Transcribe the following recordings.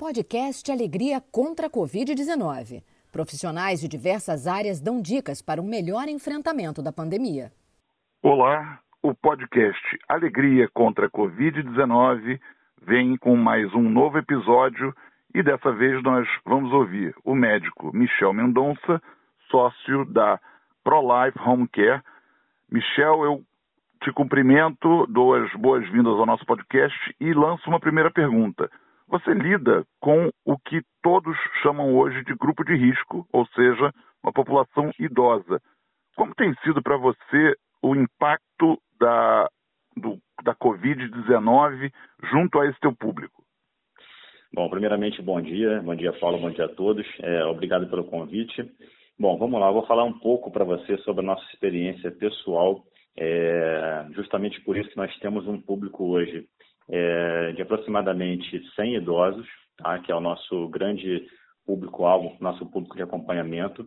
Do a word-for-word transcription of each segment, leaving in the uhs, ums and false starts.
Podcast Alegria contra a covid dezenove. Profissionais de diversas áreas dão dicas para um melhor enfrentamento da pandemia. Olá, o podcast Alegria contra a covid dezenove vem com mais um novo episódio e dessa vez nós vamos ouvir o médico Michel Mendonça, sócio da ProLife Home Care. Michel, eu te cumprimento, dou as boas-vindas ao nosso podcast e lanço uma primeira pergunta. Você lida com o que todos chamam hoje de grupo de risco, ou seja, uma população idosa. Como tem sido para você o impacto da, do, da covid dezenove junto a esse teu público? Bom, primeiramente, bom dia. Bom dia, Paulo. Bom dia a todos. É, obrigado pelo convite. Bom, vamos lá. Eu vou falar um pouco para você sobre a nossa experiência pessoal. É, justamente por isso que nós temos um público hoje é, de aproximadamente cem idosos, tá? Que é o nosso grande público-alvo, nosso público de acompanhamento.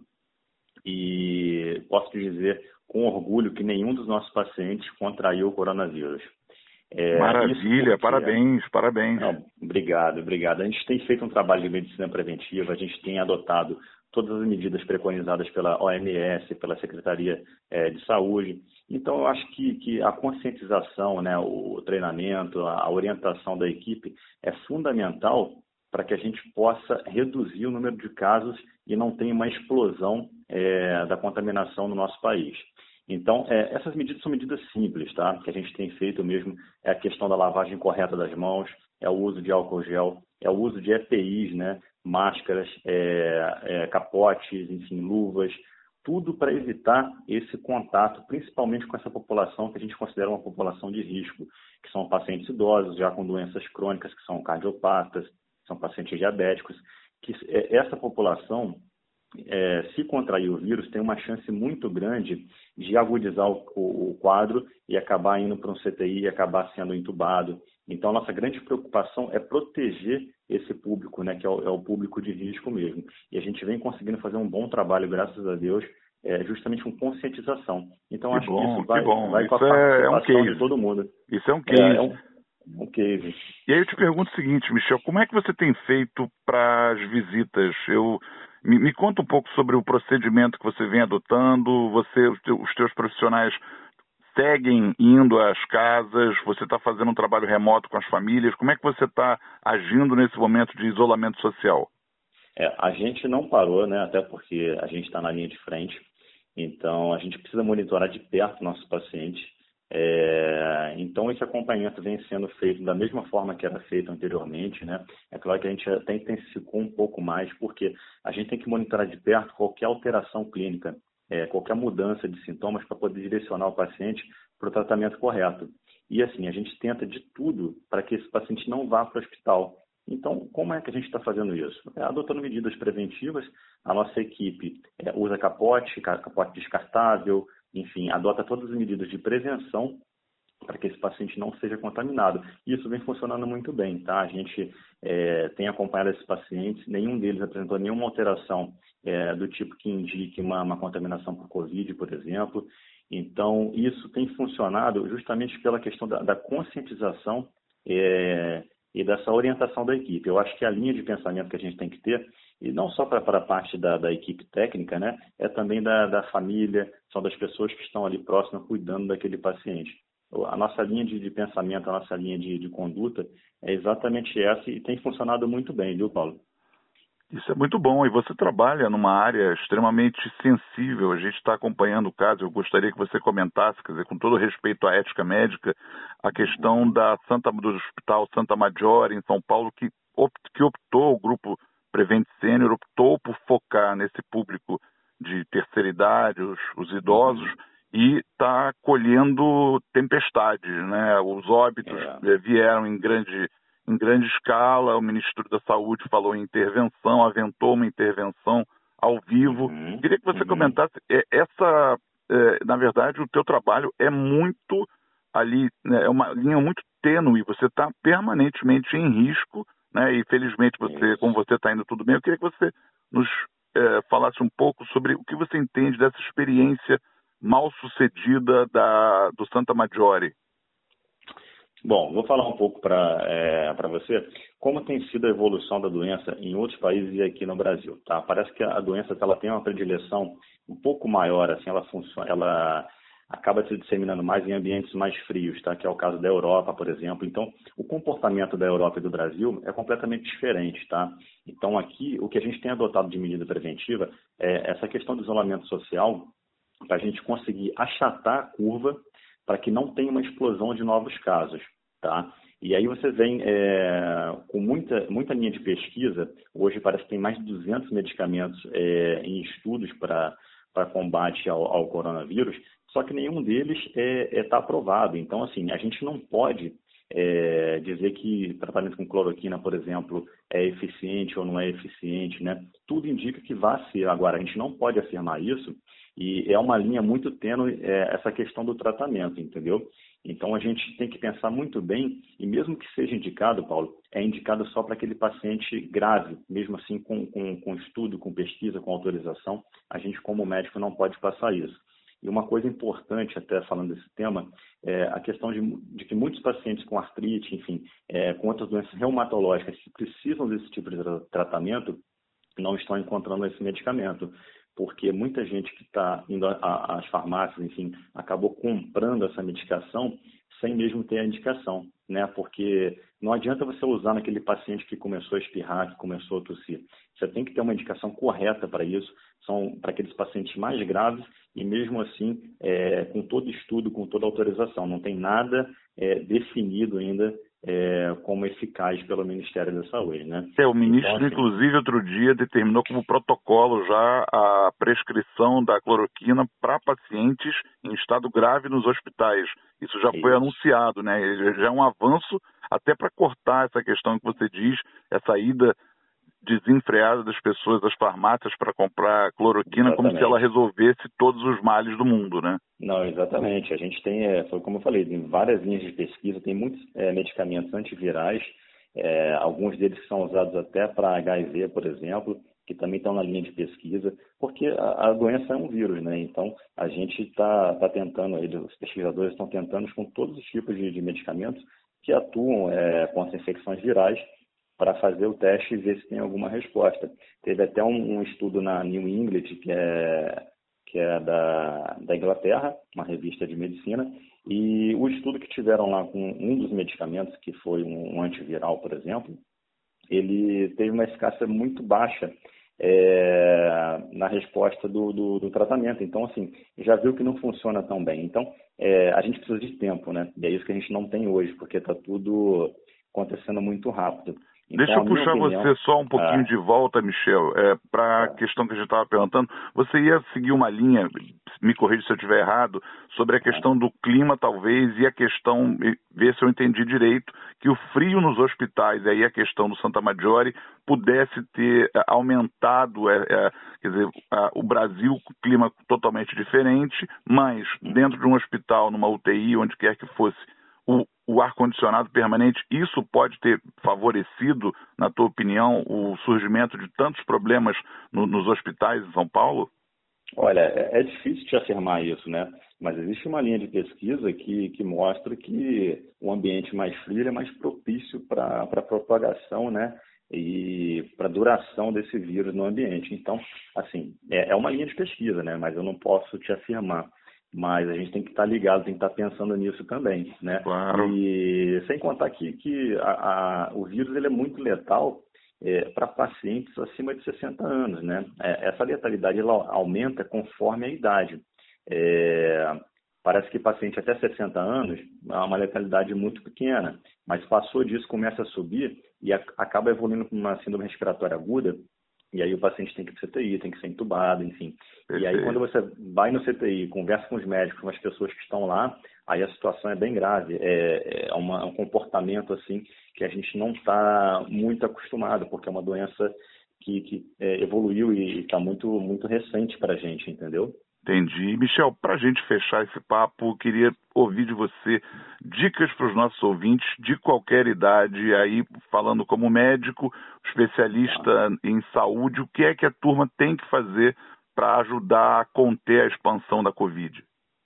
E posso te dizer com orgulho que nenhum dos nossos pacientes contraiu o coronavírus. É, Maravilha, parabéns, parabéns. Não, obrigado, obrigado. A gente tem feito um trabalho de medicina preventiva, a gente tem adotado todas as medidas preconizadas pela O M S, pela Secretaria é, de Saúde. Então, eu acho que, que a conscientização, né, o treinamento, a orientação da equipe é fundamental para que a gente possa reduzir o número de casos e não tenha uma explosão é, da contaminação no nosso país. Então, é, essas medidas são medidas simples, tá? Que a gente tem feito mesmo, é a questão da lavagem correta das mãos, é o uso de álcool gel, é o uso de E P Is, né? Máscaras, é, é, capotes, enfim, luvas, tudo para evitar esse contato, principalmente com essa população que a gente considera uma população de risco, que são pacientes idosos, já com doenças crônicas, que são cardiopatas, são pacientes diabéticos, que essa população, é, se contrair o vírus, tem uma chance muito grande de agudizar o, o, o quadro e acabar indo para um C T I e acabar sendo entubado. Então, nossa grande preocupação é proteger esse público, né, que é o, é o público de risco mesmo. E a gente vem conseguindo fazer um bom trabalho, graças a Deus, é, justamente com conscientização. Então, que acho bom, que isso vai, que bom. vai isso com a participação é um case. de todo mundo. Isso é um case. É, é um, um case. E aí eu te pergunto o seguinte, Michel, como é que você tem feito para as visitas? Eu... Me, me conta um pouco sobre o procedimento que você vem adotando. Você, os teus profissionais seguem indo às casas? Você está fazendo um trabalho remoto com as famílias? Como é que você está agindo nesse momento de isolamento social? É, a gente não parou, né? Até porque a gente está na linha de frente. Então, a gente precisa monitorar de perto nossos pacientes. É, então, esse acompanhamento vem sendo feito da mesma forma que era feito anteriormente, né? É claro que a gente até intensificou um pouco mais, porque a gente tem que monitorar de perto qualquer alteração clínica, é, qualquer mudança de sintomas para poder direcionar o paciente para o tratamento correto. E assim, a gente tenta de tudo para que esse paciente não vá para o hospital. Então, como é que a gente está fazendo isso? É, adotando medidas preventivas, a nossa equipe é, usa capote, capote descartável, enfim, adota todas as medidas de prevenção para que esse paciente não seja contaminado. E isso vem funcionando muito bem, tá? A gente é, tem acompanhado esses pacientes, nenhum deles apresentou nenhuma alteração é, do tipo que indique uma, uma contaminação por Covid, por exemplo. Então, isso tem funcionado justamente pela questão da, da conscientização é, e dessa orientação da equipe. Eu acho que a linha de pensamento que a gente tem que ter, e não só para a parte da, da equipe técnica, né, é também da, da família, são das pessoas que estão ali próximas cuidando daquele paciente. A nossa linha de, de pensamento, a nossa linha de, de conduta é exatamente essa e tem funcionado muito bem, viu, Paulo? Isso é muito bom. E você trabalha numa área extremamente sensível. A gente está acompanhando o caso. Eu gostaria que você comentasse, quer dizer, com todo respeito à ética médica, a questão da Santa, do Hospital Santa Maggiore, em São Paulo, que, opt, que optou, o grupo Prevent Senior, optou por focar nesse público de terceira idade, os, os idosos, uhum. e está colhendo tempestades, né? Os óbitos é. vieram em grande... em grande escala, o Ministro da Saúde falou em intervenção, aventou uma intervenção ao vivo. Uhum, Queria que você uhum. comentasse, essa, é, na verdade, o teu trabalho é muito ali, né, é uma linha muito tênue, você está permanentemente em risco, né, e felizmente você, Isso. como você está indo tudo bem, eu queria que você nos é, falasse um pouco sobre o que você entende dessa experiência mal sucedida da, do Santa Maggiore. Bom, vou falar um pouco para é, para você como tem sido a evolução da doença em outros países e aqui no Brasil, tá? Parece que a doença ela tem uma predileção um pouco maior, assim, ela funciona, ela acaba se disseminando mais em ambientes mais frios, tá? Que é o caso da Europa, por exemplo. Então, o comportamento da Europa e do Brasil é completamente diferente, tá? Então, aqui, o que a gente tem adotado de medida preventiva é essa questão do isolamento social para a gente conseguir achatar a curva para que não tenha uma explosão de novos casos, tá? E aí você vem é, com muita, muita linha de pesquisa, hoje parece que tem mais de duzentos medicamentos é, em estudos para para combate ao, ao coronavírus, só que nenhum deles está é, é, tá aprovado. Então, assim, a gente não pode é, dizer que tratamento com cloroquina, por exemplo, é eficiente ou não é eficiente, né? Tudo indica que vai ser. Agora, a gente não pode afirmar isso e é uma linha muito tênue é, essa questão do tratamento, entendeu? Então, a gente tem que pensar muito bem, e mesmo que seja indicado, Paulo, é indicado só para aquele paciente grave, mesmo assim com, com, com estudo, com pesquisa, com autorização, a gente como médico não pode passar isso. E uma coisa importante, até falando desse tema, é a questão de, de que muitos pacientes com artrite, enfim, é, com outras doenças reumatológicas que precisam desse tipo de tratamento, não estão encontrando esse medicamento. Porque muita gente que está indo às farmácias, enfim, acabou comprando essa medicação sem mesmo ter a indicação, né? Porque não adianta você usar naquele paciente que começou a espirrar, que começou a tossir. Você tem que ter uma indicação correta para isso, são para aqueles pacientes mais graves e mesmo assim, é, com todo estudo, com toda autorização. Não tem nada é, definido ainda É, como eficaz pelo Ministério da Saúde, né? É, o ministro, então, assim, inclusive, outro dia determinou como protocolo já a prescrição da cloroquina para pacientes em estado grave nos hospitais. Isso já foi isso. anunciado, né? Já é um avanço até para cortar essa questão que você diz, essa ida desenfreada das pessoas às farmácias para comprar cloroquina. Exatamente. Como se ela resolvesse todos os males do mundo, né? Não, exatamente. A gente tem, é, foi como eu falei, tem várias linhas de pesquisa, tem muitos é, medicamentos antivirais, é, alguns deles são usados até para H I V, por exemplo, que também estão na linha de pesquisa, porque a, a doença é um vírus, né? Então, a gente está tá tentando, eles, os pesquisadores estão tentando com todos os tipos de, de medicamentos que atuam é, contra infecções virais, para fazer o teste e ver se tem alguma resposta. Teve até um, um estudo na New England, que é, que é da, da Inglaterra, uma revista de medicina, e o estudo que tiveram lá com um dos medicamentos, que foi um, um antiviral, por exemplo, ele teve uma eficácia muito baixa é, na resposta do, do, do tratamento. Então, assim, já viu que não funciona tão bem. Então, é, a gente precisa de tempo, né? E é isso que a gente não tem hoje, porque está tudo acontecendo muito rápido. Então, deixa eu puxar opinião, você só um pouquinho ah, de volta, Michel, é, para a ah, questão que a gente estava perguntando. Você ia seguir uma linha, me corrija se eu estiver errado, sobre a questão ah, do clima, talvez, e a questão, ver se eu entendi direito, que o frio nos hospitais, e aí a questão do Santa Maggiore, pudesse ter é, aumentado, é, é, quer dizer, a, o Brasil, clima totalmente diferente, mas dentro de um hospital, numa U T I, onde quer que fosse, o, o ar-condicionado permanente, isso pode ter favorecido, na tua opinião, o surgimento de tantos problemas no, nos hospitais em São Paulo? Olha, é, é difícil te afirmar isso, né? Mas existe uma linha de pesquisa que, que mostra que o ambiente mais frio é mais propício para a propagação, né? E para a duração desse vírus no ambiente. Então, assim, é, é uma linha de pesquisa, né? Mas eu não posso te afirmar. Mas a gente tem que estar ligado, tem que estar pensando nisso também, né? Claro. E sem contar que, que a, a, o vírus ele é muito letal é, para pacientes acima de sessenta anos, né? É, essa letalidade ela aumenta conforme a idade. É, parece que paciente até sessenta anos há uma letalidade muito pequena, mas passou disso, começa a subir e a, acaba evoluindo com uma síndrome respiratória aguda. E aí o paciente tem que ir para o C T I, tem que ser entubado, enfim. Perfeito. E aí quando você vai no C T I, conversa com os médicos, com as pessoas que estão lá, aí a situação é bem grave. É, é, uma, é um comportamento assim que a gente não está muito acostumado, porque é uma doença que, que é, evoluiu e está muito, muito recente para a gente, entendeu? Entendi. Michel, para a gente fechar esse papo, eu queria ouvir de você dicas para os nossos ouvintes de qualquer idade, aí falando como médico, especialista ah. em saúde, o que é que a turma tem que fazer para ajudar a conter a expansão da Covid?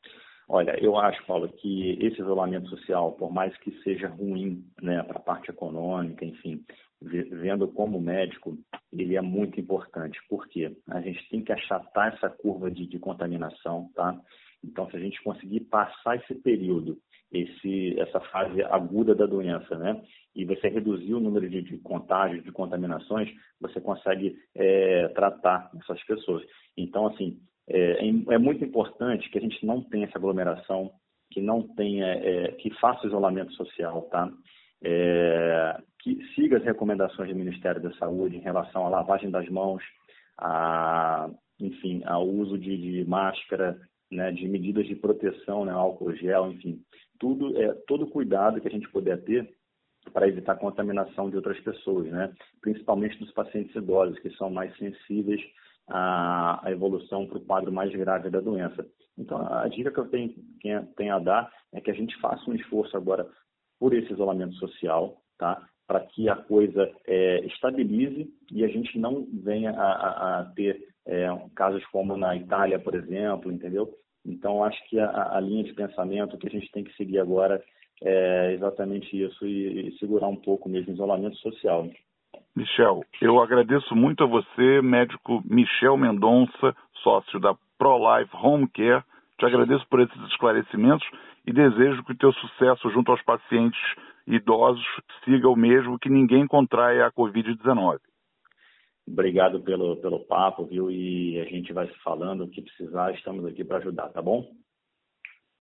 Olha, eu acho, Paulo, que esse isolamento social, por mais que seja ruim, né, para a parte econômica, enfim, vendo como médico, ele é muito importante. Por quê? A gente tem que achatar essa curva de, de contaminação, tá? Então, se a gente conseguir passar esse período, esse, essa fase aguda da doença, né, e você reduzir o número de, de contágios, de contaminações, você consegue é, tratar essas pessoas. Então, assim, é, é muito importante que a gente não tenha essa aglomeração, que não tenha, é, que faça o isolamento social, tá? É, que siga as recomendações do Ministério da Saúde em relação à lavagem das mãos, a, enfim, ao uso de, de máscara, né, de medidas de proteção, né, álcool gel, enfim, tudo é todo cuidado que a gente puder ter para evitar a contaminação de outras pessoas, né, principalmente dos pacientes idosos, que são mais sensíveis à, à evolução para o quadro mais grave da doença. Então, a dica que eu tenho, tenho a dar é que a gente faça um esforço agora por esse isolamento social, tá? Para que a coisa é, estabilize e a gente não venha a, a, a ter é, casos como na Itália, por exemplo, entendeu? Então, acho que a, a linha de pensamento que a gente tem que seguir agora é exatamente isso e, e segurar um pouco mesmo o isolamento social. Michel, eu agradeço muito a você, médico Michel Mendonça, sócio da ProLife Home Care. Te agradeço por esses esclarecimentos e desejo que o teu sucesso junto aos pacientes idosos siga o mesmo, que ninguém contraia a covid dezenove. Obrigado pelo, pelo papo, viu? E a gente vai se falando, o que precisar, estamos aqui para ajudar, tá bom?